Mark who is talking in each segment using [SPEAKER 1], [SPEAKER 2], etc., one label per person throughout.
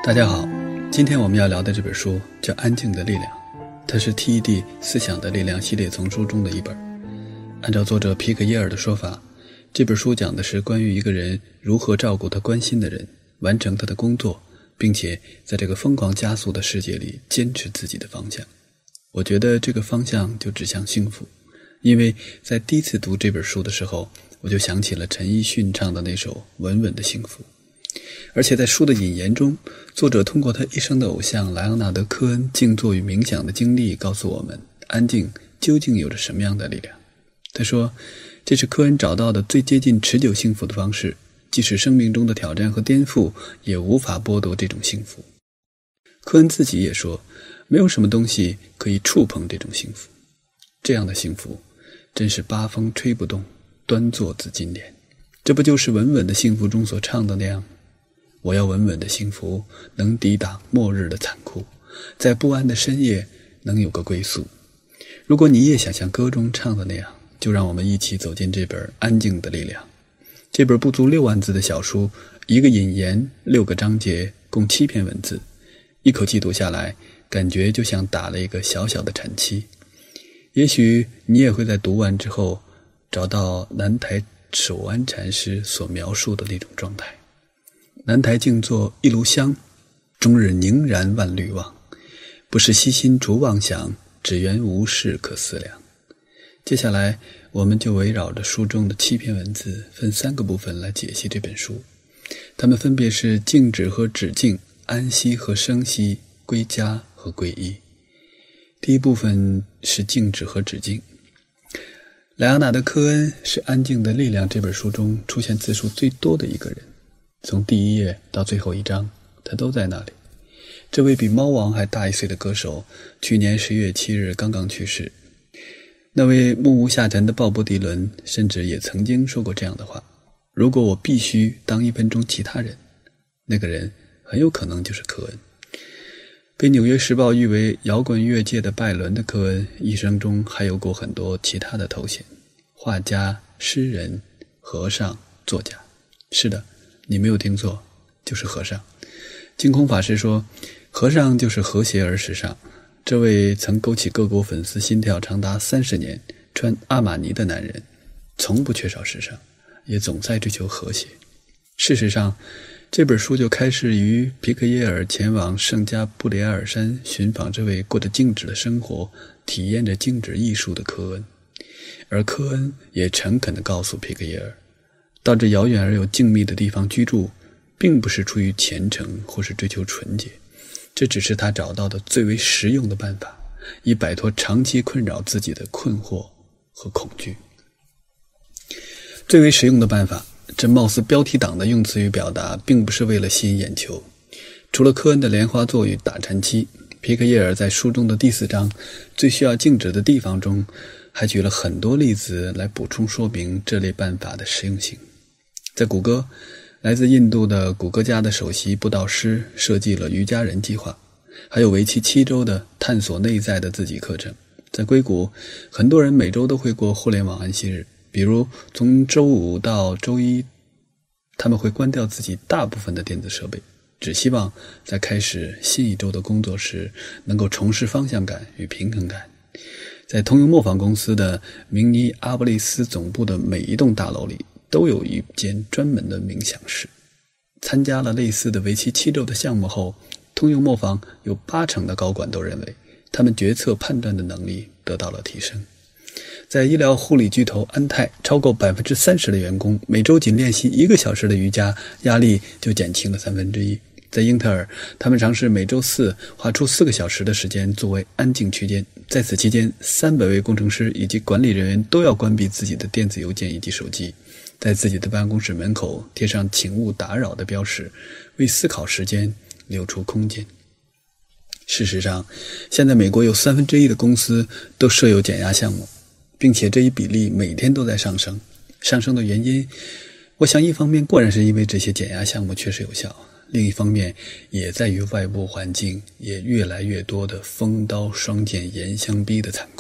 [SPEAKER 1] 大家好，今天我们要聊的这本书叫《安静的力量》，它是 TED 思想的力量系列丛书中的一本。按照作者皮克耶尔的说法，这本书讲的是关于一个人如何照顾他关心的人，完成他的工作，并且在这个疯狂加速的世界里坚持自己的方向。我觉得这个方向就指向幸福，因为在第一次读这本书的时候，我就想起了陈奕迅唱的那首《稳稳的幸福》。而且在书的引言中，作者通过他一生的偶像莱昂纳德·科恩静坐与冥想的经历告诉我们，安静究竟有着什么样的力量。他说，这是科恩找到的最接近持久幸福的方式，即使生命中的挑战和颠覆也无法剥夺这种幸福。科恩自己也说，没有什么东西可以触碰这种幸福。这样的幸福真是八风吹不动，端坐紫金莲。这不就是稳稳的幸福中所唱的那样？我要稳稳的幸福，能抵挡末日的残酷，在不安的深夜能有个归宿。如果你也想像歌中唱的那样，就让我们一起走进这本《安静的力量》。这本不足6万字的小书，一个引言，6个章节，共7篇文字，一口气读下来，感觉就像打了一个小小的禅期。也许你也会在读完之后找到南台守安禅师所描述的那种状态。南台静坐一炉香，终日凝然万虑望，不是悉心逐妄想，只缘无事可思量。接下来我们就围绕着书中的7篇文字，分3个部分来解析这本书。它们分别是静止和止静，安息和生息，归家和归依。第一部分是静止和止静。莱昂纳德·科恩是《安静的力量》这本书中出现字数最多的一个人，从第1页到最后1章，他都在那里。这位比猫王还大1岁的歌手，去年11月7日刚刚去世。那位目无下尘的鲍勃·迪伦甚至也曾经说过这样的话：如果我必须当1分钟其他人，那个人很有可能就是科恩。被《纽约时报》誉为摇滚乐界的拜伦的科恩，一生中还有过很多其他的头衔：画家、诗人、和尚、作家。是的，你没有听错，就是和尚。净空法师说，和尚就是和谐而时尚。这位曾勾起各国粉丝心跳长达30年，穿阿玛尼的男人，从不缺少时尚，也总在追求和谐。事实上，这本书就开始于皮克耶尔前往圣加布里埃尔山寻访这位过着静止的生活，体验着静止艺术的科恩。而科恩也诚恳地告诉皮克耶尔，到这遥远而有静谧的地方居住，并不是出于虔诚或是追求纯洁，这只是他找到的最为实用的办法，以摆脱长期困扰自己的困惑和恐惧。最为实用的办法，这貌似标题党的用词与表达，并不是为了吸引眼球。除了科恩的莲花座与打禅期，皮克耶尔在书中的第4章最需要静止的地方中，还举了很多例子来补充说明这类办法的实用性。在谷歌，来自印度的谷歌家的首席布道师设计了瑜伽人计划，还有为期7周的探索内在的自己课程。在硅谷，很多人每周都会过互联网安息日，比如从周5到周1，他们会关掉自己大部分的电子设备，只希望在开始新一周的工作时能够重拾方向感与平衡感。在通用磨坊公司的明尼阿波利斯总部的每一栋大楼里都有一间专门的冥想室。参加了类似的为期7周的项目后，通用磨坊有80%的高管都认为他们决策判断的能力得到了提升。在医疗护理巨头安泰，超过 30% 的员工每周仅练习1个小时的瑜伽，压力就减轻了1/3。在英特尔，他们尝试每周4花出4个小时的时间作为安静区间，在此期间300位工程师以及管理人员都要关闭自己的电子邮件以及手机，在自己的办公室门口贴上请勿打扰的标识，为思考时间留出空间。事实上，现在美国有1/3的公司都设有减压项目，并且这一比例每天都在上升。上升的原因，我想一方面固然是因为这些减压项目确实有效，另一方面也在于外部环境也越来越多的锋刀双剑严相逼的残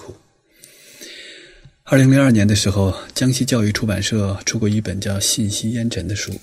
[SPEAKER 1] 酷。2002年的时候，江西教育出版社出过一本叫《信息烟尘》的书，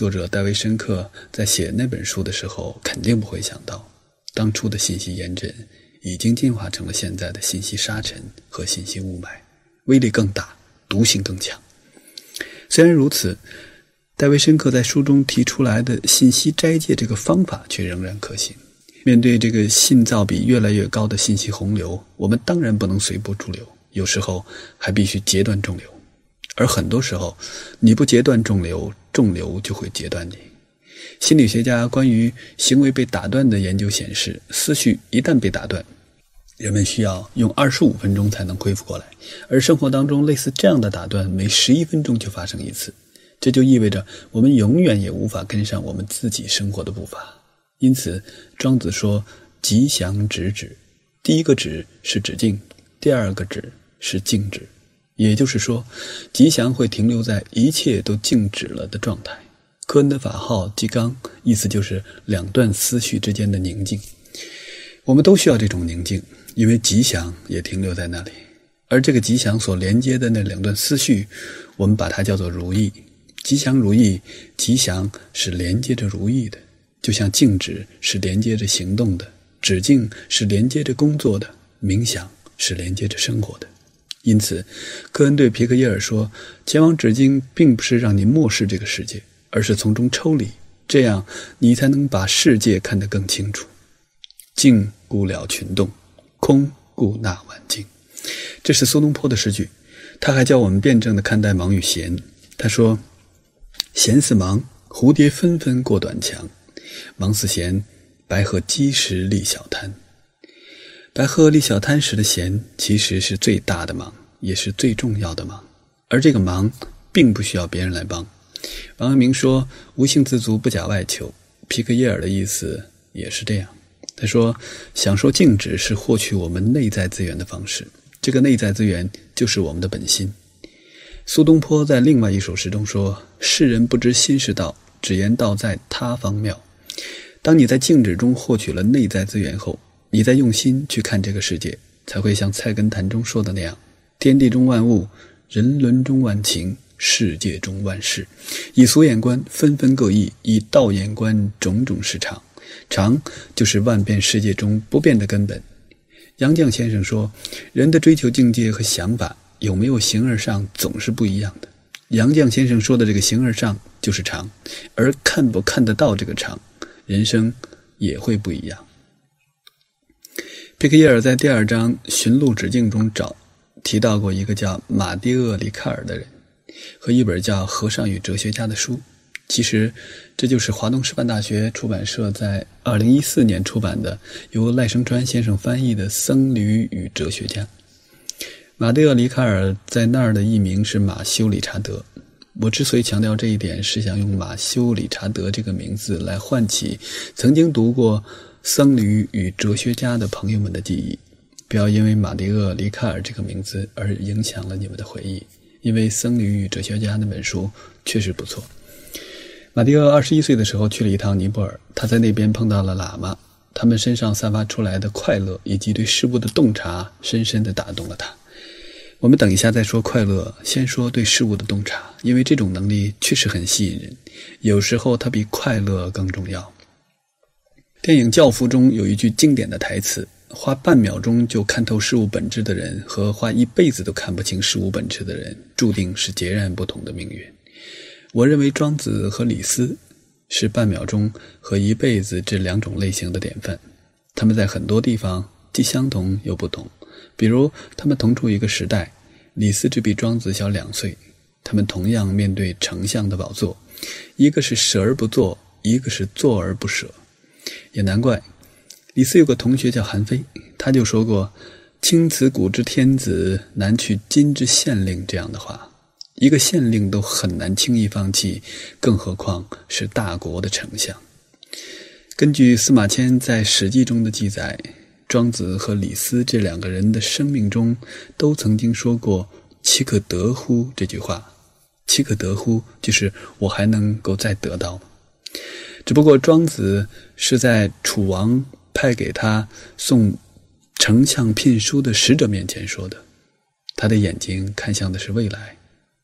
[SPEAKER 1] 作者戴维·申克在写那本书的时候肯定不会想到，当初的信息严阵已经进化成了现在的信息沙尘和信息雾霾，威力更大，毒性更强。虽然如此，戴维·申克在书中提出来的信息斋戒这个方法却仍然可行。面对这个信噪比越来越高的信息洪流，我们当然不能随波逐流，有时候还必须截断众流。而很多时候，你不截断众流，众流就会截断你。心理学家关于行为被打断的研究显示，思绪一旦被打断，人们需要用25分钟才能恢复过来，而生活当中类似这样的打断每11分钟就发生一次。这就意味着我们永远也无法跟上我们自己生活的步伐。因此庄子说吉祥止止，第一个止是止境，第二个止是静止。也就是说，吉祥会停留在一切都静止了的状态。科恩的法号吉刚，意思就是两段思绪之间的宁静。我们都需要这种宁静，因为吉祥也停留在那里。而这个吉祥所连接的那两段思绪，我们把它叫做如意。吉祥如意，吉祥是连接着如意的，就像静止是连接着行动的，止境是连接着工作的，冥想是连接着生活的。因此科恩对皮克耶尔说，前往止境并不是让你漠视这个世界，而是从中抽离，这样你才能把世界看得更清楚。静故了群动，空故纳万境，这是苏东坡的诗句。他还教我们辩证地看待忙与闲。他说，闲似忙，蝴蝶纷纷过短墙；忙似闲，白鹤击石立小滩。白鹤立小滩时的闲，其实是最大的忙，也是最重要的忙。而这个忙并不需要别人来帮。王阳明说，无性自足，不假外求。皮克耶尔的意思也是这样。他说，享受静止是获取我们内在资源的方式，这个内在资源就是我们的本心。苏东坡在另外一首诗中说，世人不知心是道，只言道在他方妙。当你在静止中获取了内在资源后，你再用心去看这个世界，才会像菜根谭中说的那样，天地中万物，人伦中万情，世界中万事，以俗眼观纷纷各异，以道眼观种种是常。常就是万变世界中不变的根本。杨绛先生说，人的追求境界和想法有没有形而上总是不一样的。杨绛先生说的这个形而上就是常，而看不看得到这个常，人生也会不一样。皮克耶尔在第2章寻路止境中提到过一个叫马蒂厄·里卡尔的人和一本叫《和尚与哲学家》的书。其实这就是华东师范大学出版社在2014年出版的由赖声川先生翻译的《僧侣与哲学家》。马蒂厄·里卡尔在那儿的译名是马修·理查德。我之所以强调这一点，是想用马修·理查德这个名字来唤起曾经读过《僧侣与哲学家》的朋友们的记忆，不要因为马蒂厄·里卡尔这个名字而影响了你们的回忆，因为《僧侣与哲学家》那本书确实不错。马蒂厄21岁的时候去了一趟尼泊尔，他在那边碰到了喇嘛，他们身上散发出来的快乐以及对事物的洞察深深地打动了他。我们等一下再说快乐，先说对事物的洞察，因为这种能力确实很吸引人，有时候它比快乐更重要。电影《教父》中有一句经典的台词，花半秒钟就看透事物本质的人和花一辈子都看不清事物本质的人，注定是截然不同的命运。我认为庄子和李斯是半秒钟和一辈子这2种类型的典范。他们在很多地方既相同又不同，比如他们同处一个时代，李斯只比庄子小2岁，他们同样面对丞相的宝座，一个是舍而不做，一个是做而不舍。也难怪李斯有个同学叫韩非，他就说过青此古之天子，难取今之县令这样的话。一个县令都很难轻易放弃，更何况是大国的丞相。根据司马迁在《史记》中的记载，庄子和李斯这2个人的生命中都曾经说过岂可得乎这句话。岂可得乎就是我还能够再得到吗？只不过庄子是在楚王派给他送丞相聘书的使者面前说的，他的眼睛看向的是未来，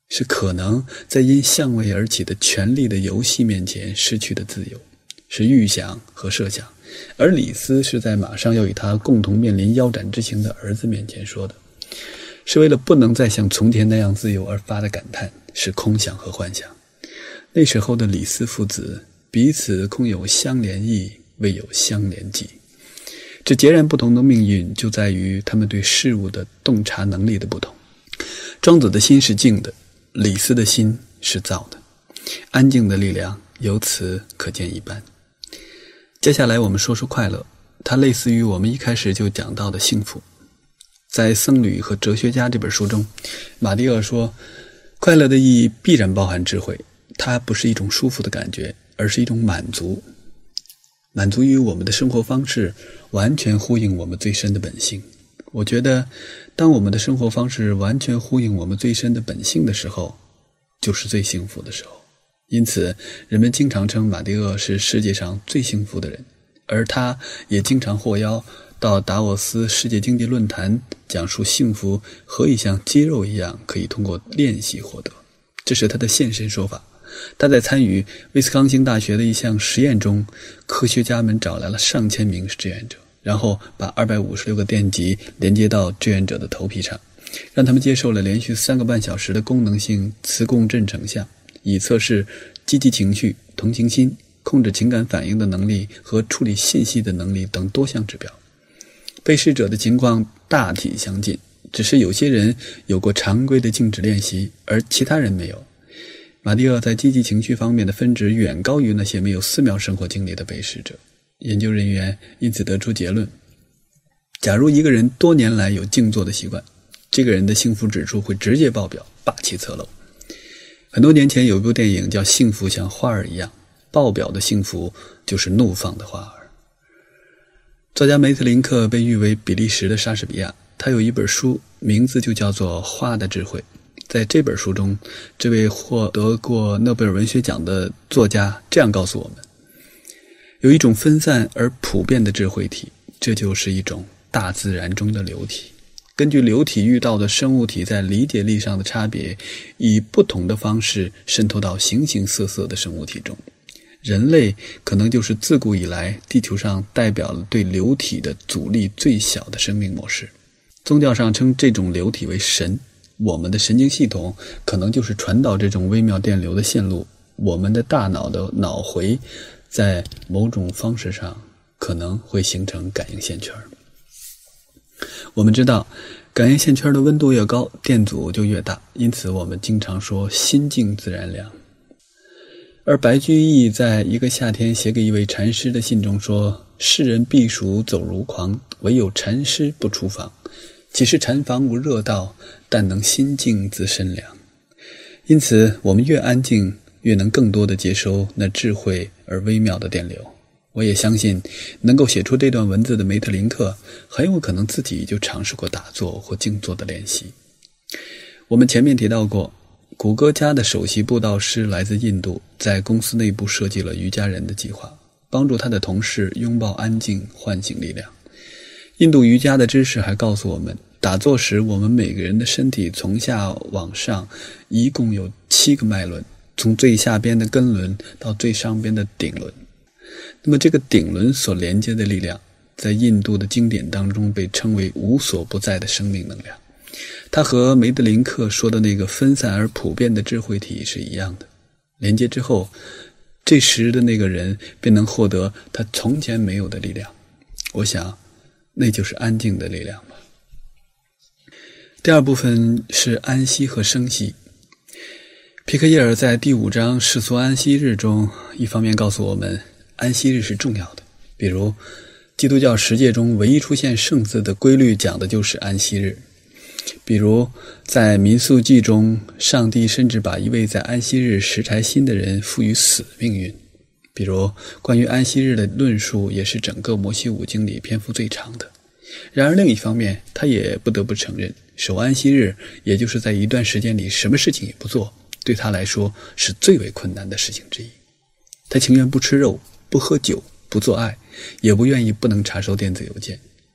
[SPEAKER 1] 是可能在因相位而起的权力的游戏面前失去的自由，是预想和设想。而李斯是在马上要与他共同面临腰斩之刑的儿子面前说的，是为了不能再像从前那样自由而发的感叹，是空想和幻想。那时候的李斯父子彼此空有相连意，未有相连计。这截然不同的命运就在于他们对事物的洞察能力的不同。庄子的心是静的，李斯的心是躁的，安静的力量由此可见一斑。接下来我们说说快乐，它类似于我们一开始就讲到的幸福。在《僧侣和哲学家》这本书中，马蒂厄说，快乐的意义必然包含智慧，它不是一种舒服的感觉，而是一种满足，满足于我们的生活方式，完全呼应我们最深的本性。我觉得当我们的生活方式完全呼应我们最深的本性的时候，就是最幸福的时候。因此人们经常称马蒂厄是世界上最幸福的人，而他也经常获邀到达沃斯世界经济论坛讲述幸福何以像肌肉一样可以通过练习获得，这是他的现身说法。他在参与威斯康星大学的一项实验中，科学家们找来了上千名志愿者，然后把256个电极连接到志愿者的头皮上，让他们接受了连续3个半小时的功能性磁共振成像，以测试积极情绪、同情心、控制情感反应的能力和处理信息的能力等多项指标。被试者的情况大体相近，只是有些人有过常规的静止练习，而其他人没有。马蒂厄在积极情绪方面的分值远高于那些没有4秒生活经历的被试者。研究人员因此得出结论，假如一个人多年来有静坐的习惯，这个人的幸福指数会直接爆表，霸气侧漏。很多年前有一部电影叫《幸福像花儿一样》，爆表的幸福就是怒放的花儿。作家梅特林克被誉为比利时的莎士比亚，他有一本书名字就叫做《花的智慧》。在这本书中，这位获得过诺贝尔文学奖的作家这样告诉我们，有一种分散而普遍的智慧体，这就是一种大自然中的流体。根据流体遇到的生物体在理解力上的差别，以不同的方式渗透到形形色色的生物体中。人类可能就是自古以来地球上代表了对流体的阻力最小的生命模式。宗教上称这种流体为神，我们的神经系统可能就是传导这种微妙电流的线路，我们的大脑的脑回在某种方式上可能会形成感应线圈。我们知道感应线圈的温度越高，电阻就越大，因此我们经常说心静自然凉。而白居易在一个夏天写给一位禅师的信中说，世人避暑走如狂，唯有禅师不出房，岂是禅房无热道，但能心静自身凉。因此我们越安静，越能更多地接收那智慧而微妙的电流。我也相信能够写出这段文字的梅特林克很有可能自己就尝试过打坐或静坐的练习。我们前面提到过，谷歌家的首席布道师来自印度，在公司内部设计了瑜伽人的计划，帮助他的同事拥抱安静，唤醒力量。印度瑜伽的知识还告诉我们，打坐时我们每个人的身体从下往上一共有7个脉轮，从最下边的根轮到最上边的顶轮。那么这个顶轮所连接的力量，在印度的经典当中被称为无所不在的生命能量。它和梅德林克说的那个分散而普遍的智慧体是一样的。连接之后，这时的那个人便能获得他从前没有的力量。我想那就是安静的力量吧。第二部分是安息和生息。皮克耶尔在第5章世俗安息日中，一方面告诉我们安息日是重要的，比如基督教十诫中唯一出现圣字的规律讲的就是安息日。比如在民数记中，上帝甚至把一位在安息日拾柴薪的人赋予死命运。比如关于安息日的论述也是整个摩西五经里篇幅最长的。然而另一方面，他也不得不承认，守安息日也就是在一段时间里什么事情也不做，对他来说是最为困难的事情之一。他情愿不吃肉，不喝酒，不做爱，也不愿意不能查收电子邮件。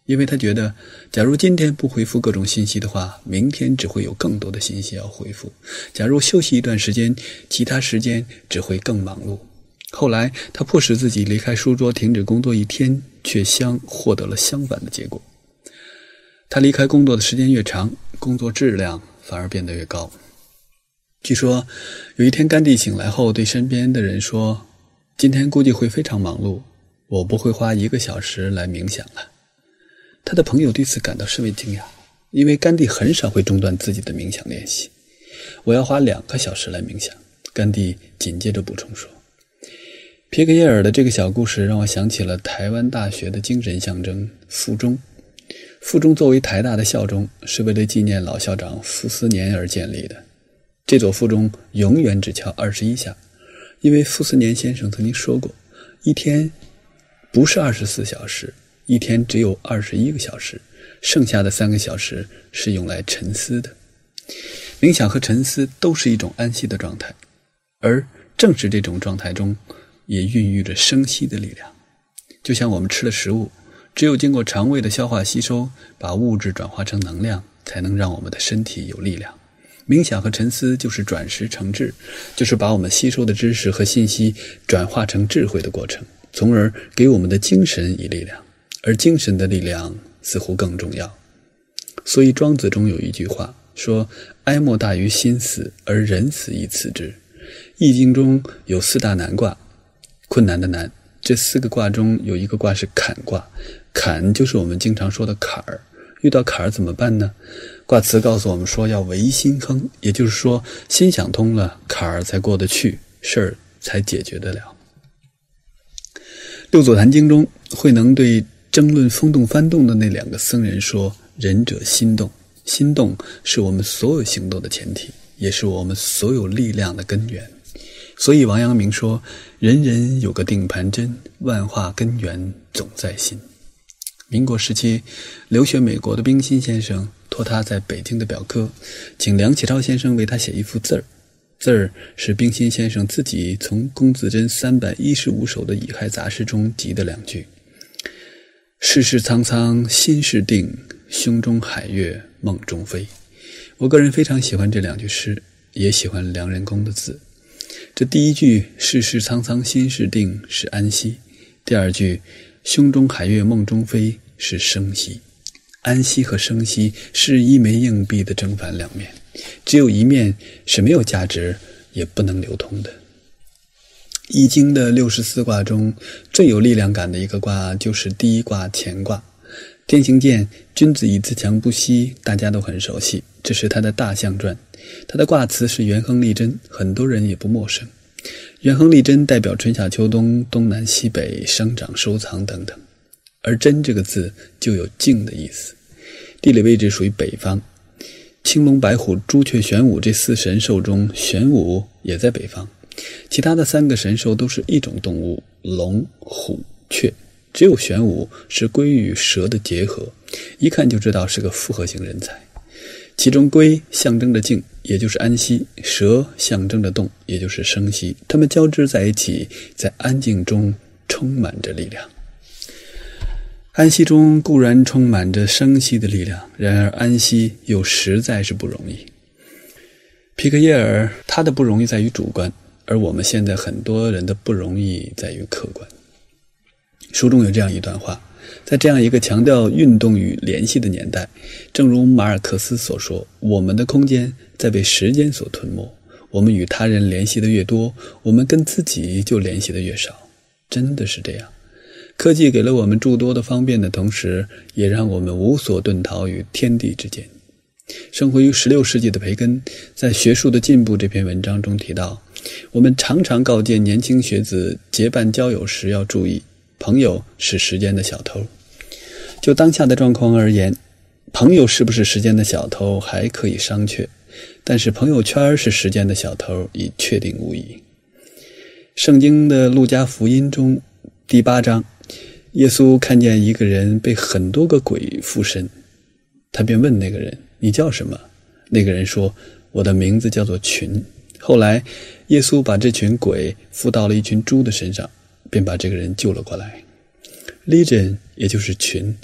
[SPEAKER 1] 因为他觉得假如今天不回复各种信息的话，明天只会有更多的信息要回复，假如休息一段时间，其他时间只会更忙碌。后来他迫使自己离开书桌，停止工作1天，却获得了相反的结果。他离开工作的时间越长，工作质量反而变得越高。据说有一天甘地醒来后对身边的人说，今天估计会非常忙碌，我不会花1个小时来冥想了。他的朋友对此感到甚为惊讶，因为甘地很少会中断自己的冥想练习。我要花2个小时来冥想，甘地紧接着补充说。皮格耶尔的这个小故事让我想起了台湾大学的精神象征附中。附中作为台大的校钟，是为了纪念老校长傅斯年而建立的。这座附中永远只敲21下，因为傅斯年先生曾经说过，一天不是24小时，一天只有21个小时，剩下的3个小时是用来沉思的。冥想和沉思都是一种安息的状态，而正是这种状态中也孕育着生息的力量。就像我们吃了食物，只有经过肠胃的消化吸收，把物质转化成能量，才能让我们的身体有力量。冥想和沉思就是转识成智，就是把我们吸收的知识和信息转化成智慧的过程，从而给我们的精神以力量，而精神的力量似乎更重要。所以庄子中有一句话说，哀莫大于心死，而人死亦辞之。易经中有4大难卦，困难的难，这4个卦中有一个卦是坎卦，坎就是我们经常说的坎儿。遇到坎儿怎么办呢？卦辞告诉我们说要唯心亨，也就是说心想通了，坎儿才过得去，事儿才解决得了。六祖坛经中，慧能对争论风动幡动的那2个僧人说，仁者心动，心动是我们所有行动的前提，也是我们所有力量的根源。所以王阳明说，人人有个定盘针，万化根源总在心。民国时期，留学美国的冰心先生托他在北京的表哥，请梁启超先生为他写一幅字儿。字儿是冰心先生自己从龚自珍315首的乙亥杂诗中集的2句：世事苍苍心事定，胸中海月梦中飞。我个人非常喜欢这2句诗，也喜欢梁任公的字。这第一句世事苍苍心事定是安息，第2句胸中海月梦中飞是生息。安息和生息是一枚硬币的正反2面，只有一面是没有价值也不能流通的。易经的64卦中最有力量感的一个卦就是第1卦乾卦。天行健，君子以自强不息，大家都很熟悉，这是他的大象传。他的卦辞是元亨利贞，很多人也不陌生。元亨利贞代表春夏秋冬、东南西北、生长收藏等等，而贞这个字就有静的意思。地理位置属于北方，青龙白虎朱雀玄武这4神兽中，玄武也在北方。其他的3个神兽都是一种动物，龙、虎、雀，只有玄武是龟与蛇的结合，一看就知道是个复合型人才。其中龟象征着静，也就是安息，蛇象征着动，也就是生息，它们交织在一起，在安静中充满着力量。安息中固然充满着生息的力量，然而安息又实在是不容易。皮克耶尔他的不容易在于主观，而我们现在很多人的不容易在于客观。书中有这样一段话，在这样一个强调运动与联系的年代，正如马尔克斯所说，我们的空间在被时间所吞没，我们与他人联系的越多，我们跟自己就联系的越少。真的是这样，科技给了我们诸多的方便的同时，也让我们无所遁逃于天地之间。生活于16世纪的培根在《学术的进步》这篇文章中提到，我们常常告诫年轻学子结伴交友时要注意，朋友是时间的小偷。就当下的状况而言，朋友是不是时间的小偷还可以商榷，但是朋友圈是时间的小偷已确定无疑。圣经的路加福音中第8章，耶稣看见一个人被很多个鬼附身，他便问那个人，你叫什么？那个人说，我的名字叫做群。后来耶稣把这群鬼附到了一群猪的身上，便把这个人救了过来。Legion 也就是群，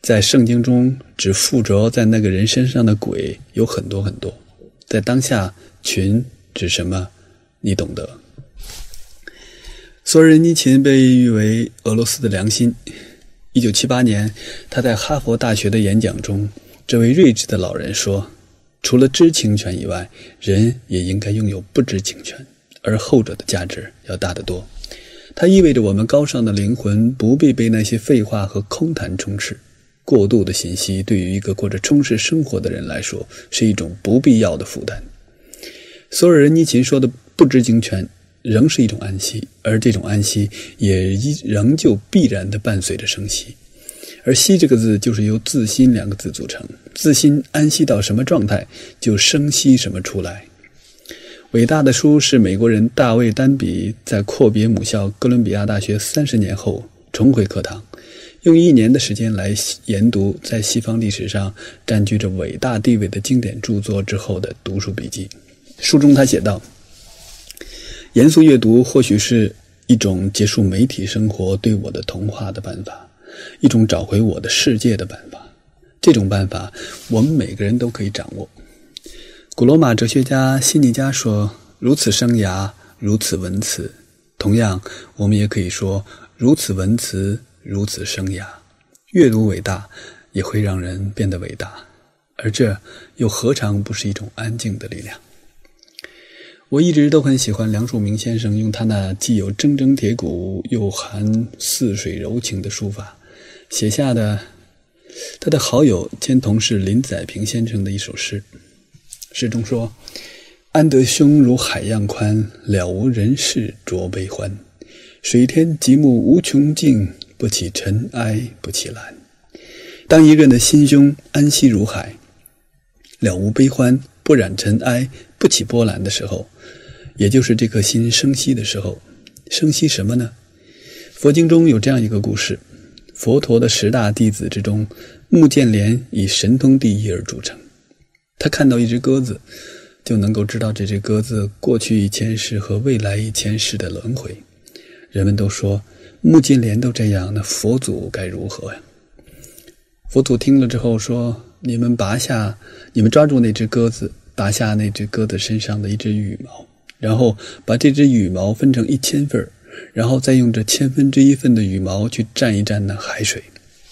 [SPEAKER 1] 在圣经中只附着在那个人身上的鬼有很多很多，在当下群指什么你懂得。索尔仁尼琴被誉为俄罗斯的良心。1978年他在哈佛大学的演讲中，这位睿智的老人说，除了知情权以外，人也应该拥有不知情权，而后者的价值要大得多。它意味着我们高尚的灵魂不必被那些废话和空谈充斥。过度的信息对于一个过着充实生活的人来说是一种不必要的负担。索尔仁尼琴说的不知情权仍是一种安息，而这种安息也仍旧必然地伴随着生息。而息这个字就是由自心两个字组成，自心安息到什么状态，就生息什么出来。伟大的书是美国人大卫丹比在阔别母校哥伦比亚大学30年后重回课堂，用1年的时间来研读在西方历史上占据着伟大地位的经典著作之后的读书笔记。书中他写道，严肃阅读或许是一种结束媒体生活对我的同化的办法，一种找回我的世界的办法。这种办法我们每个人都可以掌握。古罗马哲学家西尼加说，如此生涯，如此文辞。同样，我们也可以说，如此文辞，如此生涯。阅读伟大，也会让人变得伟大，而这又何尝不是一种安静的力量。我一直都很喜欢梁漱溟先生用他那既有铮铮铁骨又含似水柔情的书法写下的他的好友兼同事林载平先生的一首诗。诗中说，安得胸如海样宽，了无人世着悲欢。水天极目无穷尽，不起尘埃不起澜。当一个人的心胸安息如海，了无悲欢，不染尘埃，不起波澜的时候，也就是这颗心生息的时候。生息什么呢？佛经中有这样一个故事，佛陀的10大弟子之中，目犍连以神通第一而著称。他看到一只鸽子，就能够知道这只鸽子过去1000世和未来1000世的轮回。人们都说，目犍连都这样，那佛祖该如何呀？佛祖听了之后说，你们抓住那只鸽子，拔下那只鸽子身上的一只羽毛，然后把这只羽毛分成1000份，然后再用这1/1000份的羽毛去蘸一蘸那海水。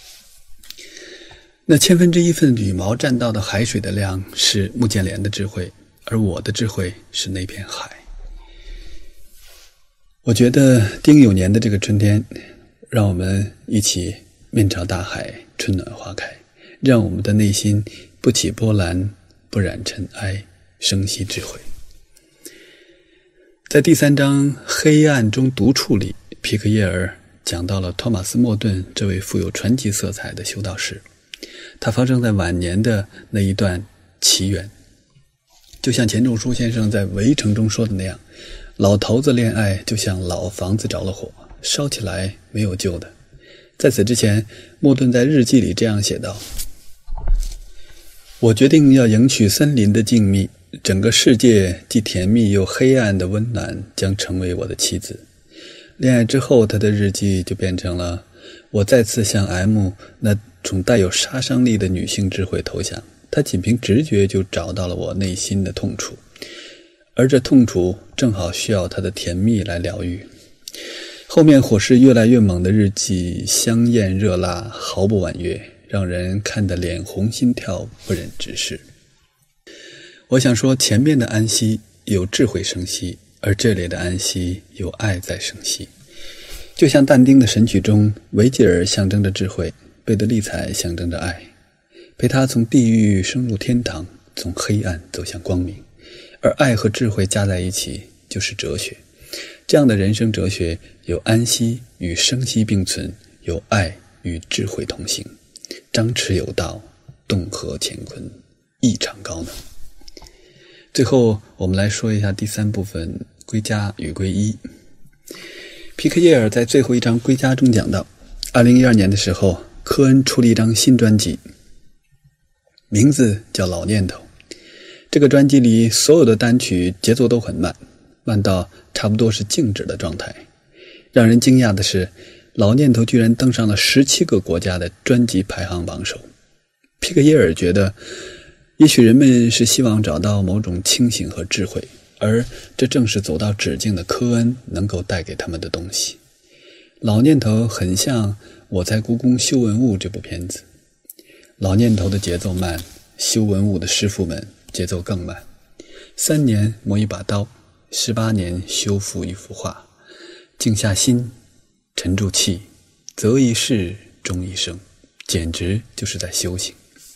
[SPEAKER 1] 那1/1000份羽毛蘸到的海水的量是目犍连的智慧，而我的智慧是那片海。我觉得丁酉年的这个春天，让我们一起面朝大海，春暖花开，让我们的内心不起波澜，不染尘埃，生息智慧。在第3章黑暗中独处里，皮克耶尔讲到了托马斯·莫顿这位富有传奇色彩的修道士。他发生在晚年的那一段奇缘，就像钱钟书先生在《围城》中说的那样，老头子恋爱就像老房子着了火，烧起来没有救的。在此之前，莫顿在日记里这样写道，我决定要迎娶森林的静谧，整个世界既甜蜜又黑暗的温暖将成为我的妻子。恋爱之后，他的日记就变成了，我再次向 M 那种带有杀伤力的女性智慧投降，她仅凭直觉就找到了我内心的痛处，而这痛楚正好需要她的甜蜜来疗愈。后面火势越来越猛的日记，香艳热辣，毫不婉约，让人看得脸红心跳，不忍直视。我想说，前面的安息有智慧生息，而这里的安息有爱在生息。就像但丁的神曲中，维吉尔象征着智慧，贝德利采象征着爱，陪他从地狱升入天堂，从黑暗走向光明。而爱和智慧加在一起就是哲学。这样的人生哲学有安息与生息并存，有爱与智慧同行，张弛有道，洞合乾坤，异常高能。最后我们来说一下第3部分，归家与归一。皮克耶尔在最后一章归家中讲到，2012年的时候，科恩出了一张新专辑，名字叫老念头。这个专辑里所有的单曲节奏都很慢，慢到差不多是静止的状态。让人惊讶的是， 老念头居然登上了17个国家的专辑排行榜首。皮克耶尔觉得，也许人们是希望找到某种清醒和智慧，而这正是走到止境的科恩能够带给他们的东西。老念头很像《我在故宫修文物》这部片子，老念头的节奏慢，修文物的师傅们节奏更慢。3年磨一把刀，18年修复一幅画，静下心，沉住气，择一事终一生，简直就是在修行。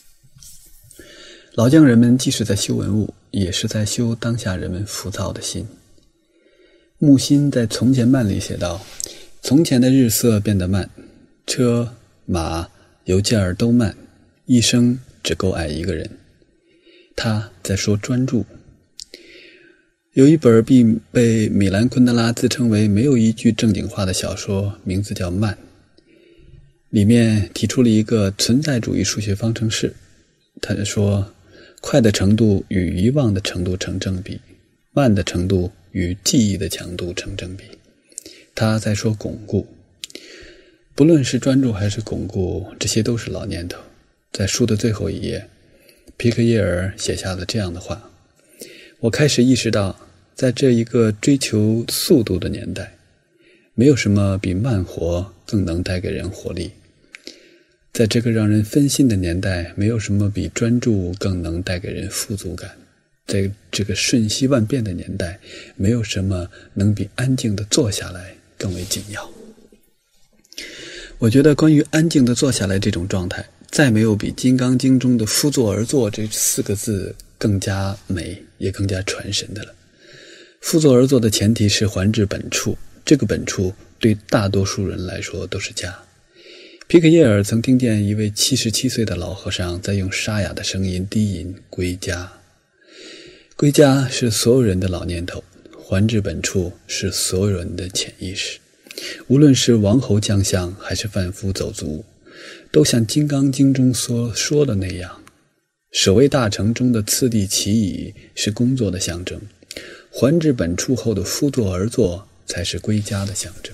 [SPEAKER 1] 老匠人们既是在修文物，也是在修当下人们浮躁的心。木心在《从前慢》里写道，从前的日色变得慢，车马邮件都慢，一生只够爱一个人。他在说专注。有一本被米兰昆德拉自称为没有一句正经话的小说，名字叫《慢》，里面提出了一个存在主义数学方程式。他说，快的程度与遗忘的程度成正比，慢的程度与记忆的强度成正比。他在说巩固，不论是专注还是巩固，这些都是老念头。在书的最后一页，皮克耶尔写下了这样的话：我开始意识到，在这一个追求速度的年代，没有什么比慢活更能带给人活力。在这个让人分心的年代，没有什么比专注更能带给人富足感。在这个瞬息万变的年代，没有什么能比安静地坐下来更为紧要。我觉得关于安静地坐下来这种状态，再没有比《金刚经》中的夫坐而坐这4个字更加美也更加传神的了。夫坐而坐的前提是还至本处，这个本处对大多数人来说都是家。皮克耶尔曾听见一位77岁的老和尚在用沙哑的声音低吟归家。归家是所有人的老念头，还至本处是所有人的潜意识。无论是王侯将相还是贩夫走卒，都像《金刚经》中所说的那样，守卫大城中的次第其椅是工作的象征，还至本处后的夫坐而坐才是归家的象征。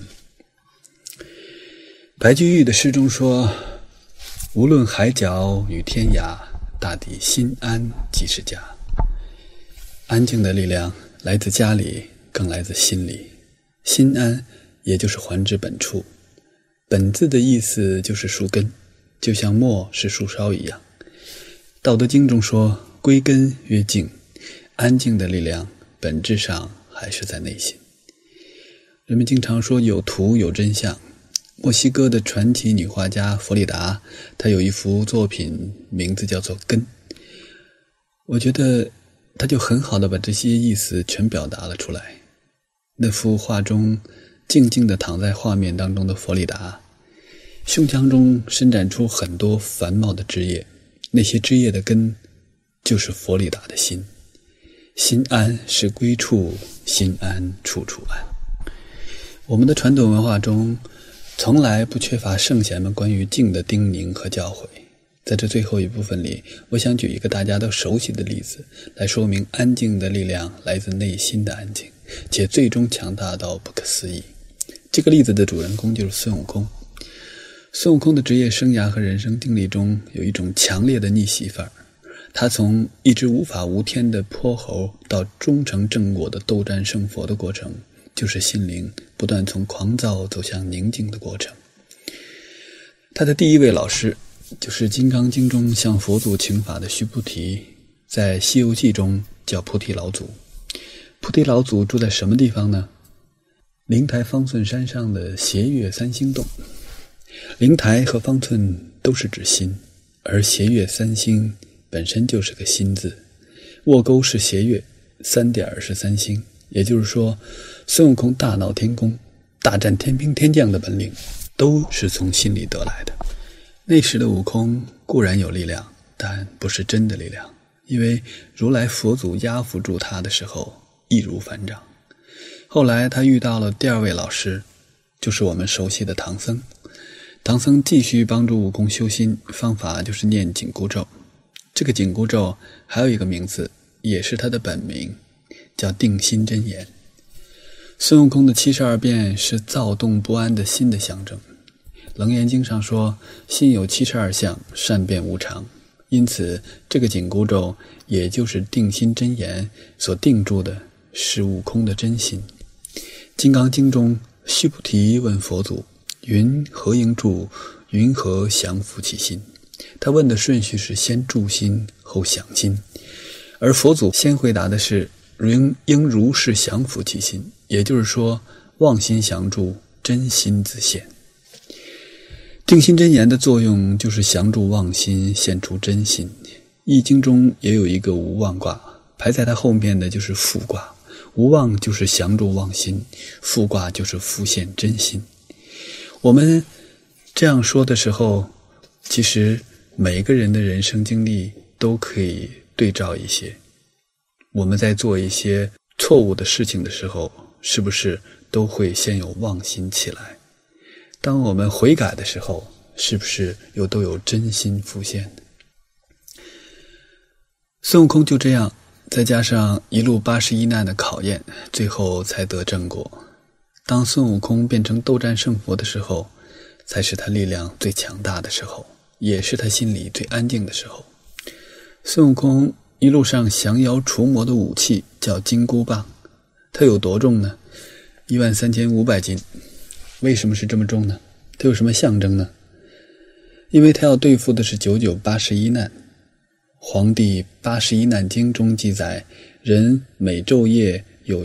[SPEAKER 1] 白居易的诗中说，无论海角与天涯，大抵心安即是家。安静的力量来自家里，更来自心里。心安也就是还至本处，本字的意思就是树根，就像墨是树梢一样。道德经中说，归根曰静，安静的力量本质上还是在内心。人们经常说有图有真相。墨西哥的传奇女画家弗里达，她有一幅作品名字叫做《根》，我觉得她就很好地把这些意思全表达了出来。那幅画中静静地躺在画面当中的弗里达，胸腔中伸展出很多繁茂的枝叶，那些枝叶的根就是弗里达的心。心安是归处，心安处处安。我们的传统文化中从来不缺乏圣贤们关于静的叮咛和教诲。在这最后一部分里，我想举一个大家都熟悉的例子，来说明安静的力量来自内心的安静，且最终强大到不可思议。这个例子的主人公就是孙悟空。孙悟空的职业生涯和人生经历中有一种强烈的逆袭范儿，他从一只无法无天的泼猴到终成正果的斗战胜佛的过程，就是心灵不断从狂躁走向宁静的过程。他的第一位老师就是《金刚经》中向佛祖请法的须菩提，在《西游记》中叫菩提老祖。菩提老祖住在什么地方呢？灵台方寸山上的斜月三星洞。灵台和方寸都是指心，而斜月三星本身就是个心字，卧钩是斜月，3点是三星。也就是说，孙悟空大闹天宫，大战天兵天将的本领都是从心里得来的。那时的悟空固然有力量，但不是真的力量，因为如来佛祖压服住他的时候易如反掌。后来他遇到了第2位老师，就是我们熟悉的唐僧。唐僧继续帮助悟空修心，方法就是念紧箍咒。这个紧箍咒还有一个名字，也是他的本名，叫定心真言。孙悟空的72变是躁动不安的心的象征， 楞严经上说，心有72相，善变无常。因此这个紧箍咒也就是定心真言所定住的是悟空的真心。金刚经中，须菩提问佛祖，云何应住，云何降伏其心？他问的顺序是先住心后降心，而佛祖先回答的是应如是降伏其心，也就是说妄心降住，真心自现。定心真言的作用就是降住妄心，现出真心。易经中也有一个无妄卦，排在它后面的就是复卦。无妄就是降住妄心，复卦就是复现真心。我们这样说的时候，其实每个人的人生经历都可以对照一些。我们在做一些错误的事情的时候，是不是都会先有妄心起来？当我们悔改的时候，是不是又都有真心浮现？孙悟空就这样，再加上一路81难的考验，最后才得正果。当孙悟空变成斗战胜佛的时候，才是他力量最强大的时候，也是他心里最安静的时候。孙悟空一路上降妖除魔的武器叫金箍棒，它有多重呢？13500斤。为什么是这么重呢？它有什么象征呢？因为它要对付的是9981难。黄帝81难经中记载，人每昼夜有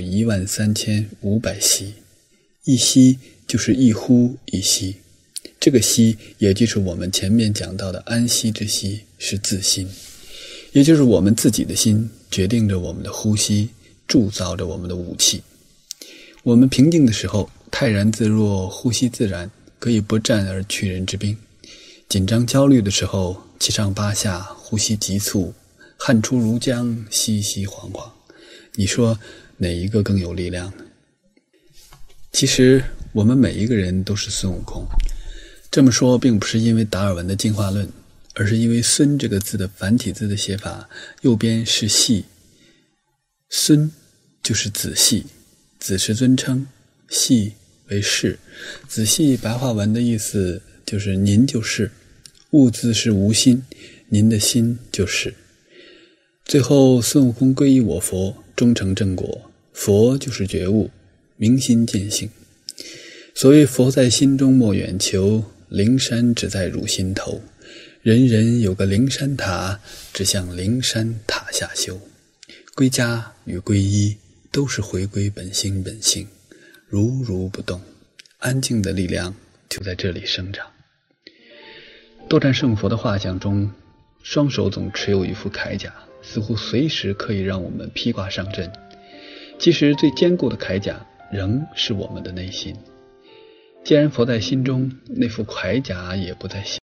[SPEAKER 1] 13500息，一息就是一呼一吸，这个息也就是我们前面讲到的安息之息，是自心，也就是我们自己的心决定着我们的呼吸，铸造着我们的武器。我们平静的时候泰然自若，呼吸自然，可以不战而屈人之兵。紧张焦虑的时候七上八下，呼吸急促，汗出如浆，熙熙惶惶。你说哪一个更有力量呢？其实我们每一个人都是孙悟空。这么说并不是因为达尔文的进化论，而是因为孙这个字的繁体字的写法，右边是系，孙就是子系，子是尊称，系为是。子系白话文的意思就是您就是，悟字是无心，您的心就是。最后孙悟空皈依我佛，终成正果。佛就是觉悟，明心见性。所谓佛在心中莫远求，灵山只在汝心头。人人有个灵山塔，只向灵山塔下修。归家与皈依都是回归本心本性，如如不动，安静的力量就在这里生长。斗战胜佛的画像中，双手总持有一副铠甲，似乎随时可以让我们披挂上阵。其实最坚固的铠甲仍是我们的内心。既然佛在心中，那副铠甲也不再